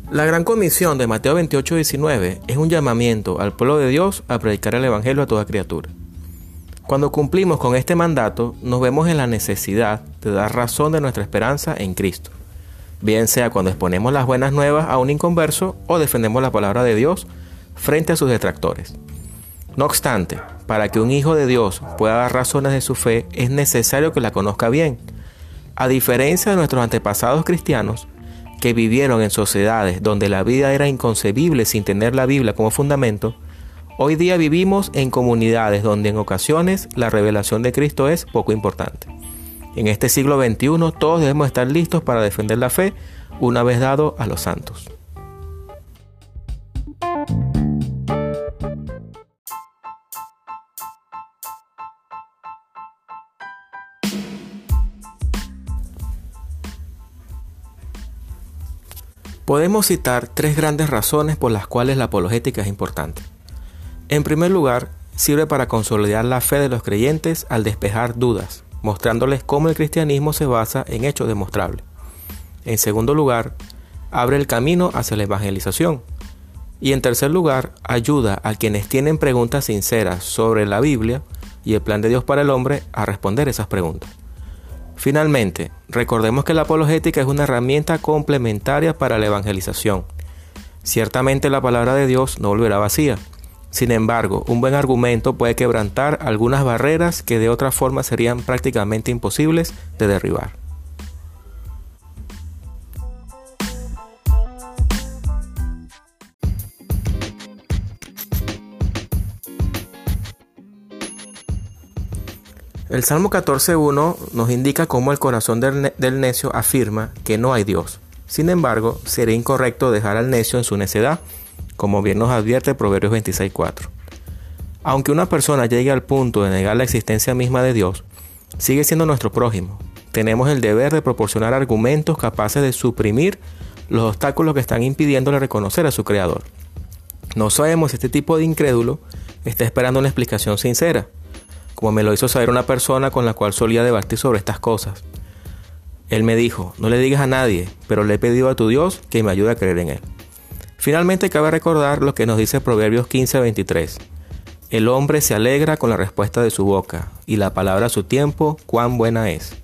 La gran comisión de Mateo 28:19 es un llamamiento al pueblo de Dios a predicar el evangelio a toda criatura. Cuando cumplimos con este mandato, nos vemos en la necesidad de dar razón de nuestra esperanza en Cristo, bien sea cuando exponemos las buenas nuevas a un inconverso o defendemos la palabra de Dios frente a sus detractores. No obstante, para que un hijo de Dios pueda dar razones de su fe, es necesario que la conozca bien. A diferencia de nuestros antepasados cristianos, que vivieron en sociedades donde la vida era inconcebible sin tener la Biblia como fundamento, hoy día vivimos en comunidades donde en ocasiones la revelación de Cristo es poco importante. En este siglo XXI todos debemos estar listos para defender la fe una vez dado a los santos. Podemos citar tres grandes razones por las cuales la apologética es importante. En primer lugar, sirve para consolidar la fe de los creyentes al despejar dudas, mostrándoles cómo el cristianismo se basa en hechos demostrables. En segundo lugar, abre el camino hacia la evangelización. Y en tercer lugar, ayuda a quienes tienen preguntas sinceras sobre la Biblia y el plan de Dios para el hombre a responder esas preguntas. Finalmente, recordemos que la apologética es una herramienta complementaria para la evangelización. Ciertamente la palabra de Dios no volverá vacía. Sin embargo, un buen argumento puede quebrantar algunas barreras que de otra forma serían prácticamente imposibles de derribar. El Salmo 14:1 nos indica cómo el corazón del necio afirma que no hay Dios. Sin embargo, sería incorrecto dejar al necio en su necedad, como bien nos advierte Proverbios 26:4. Aunque una persona llegue al punto de negar la existencia misma de Dios, sigue siendo nuestro prójimo. Tenemos el deber de proporcionar argumentos capaces de suprimir los obstáculos que están impidiéndole reconocer a su Creador. No sabemos si este tipo de incrédulo está esperando una explicación sincera, como me lo hizo saber una persona con la cual solía debatir sobre estas cosas. Él me dijo: no le digas a nadie, pero le he pedido a tu Dios que me ayude a creer en Él. Finalmente cabe recordar lo que nos dice Proverbios 15:23. El hombre se alegra con la respuesta de su boca, y la palabra a su tiempo, cuán buena es.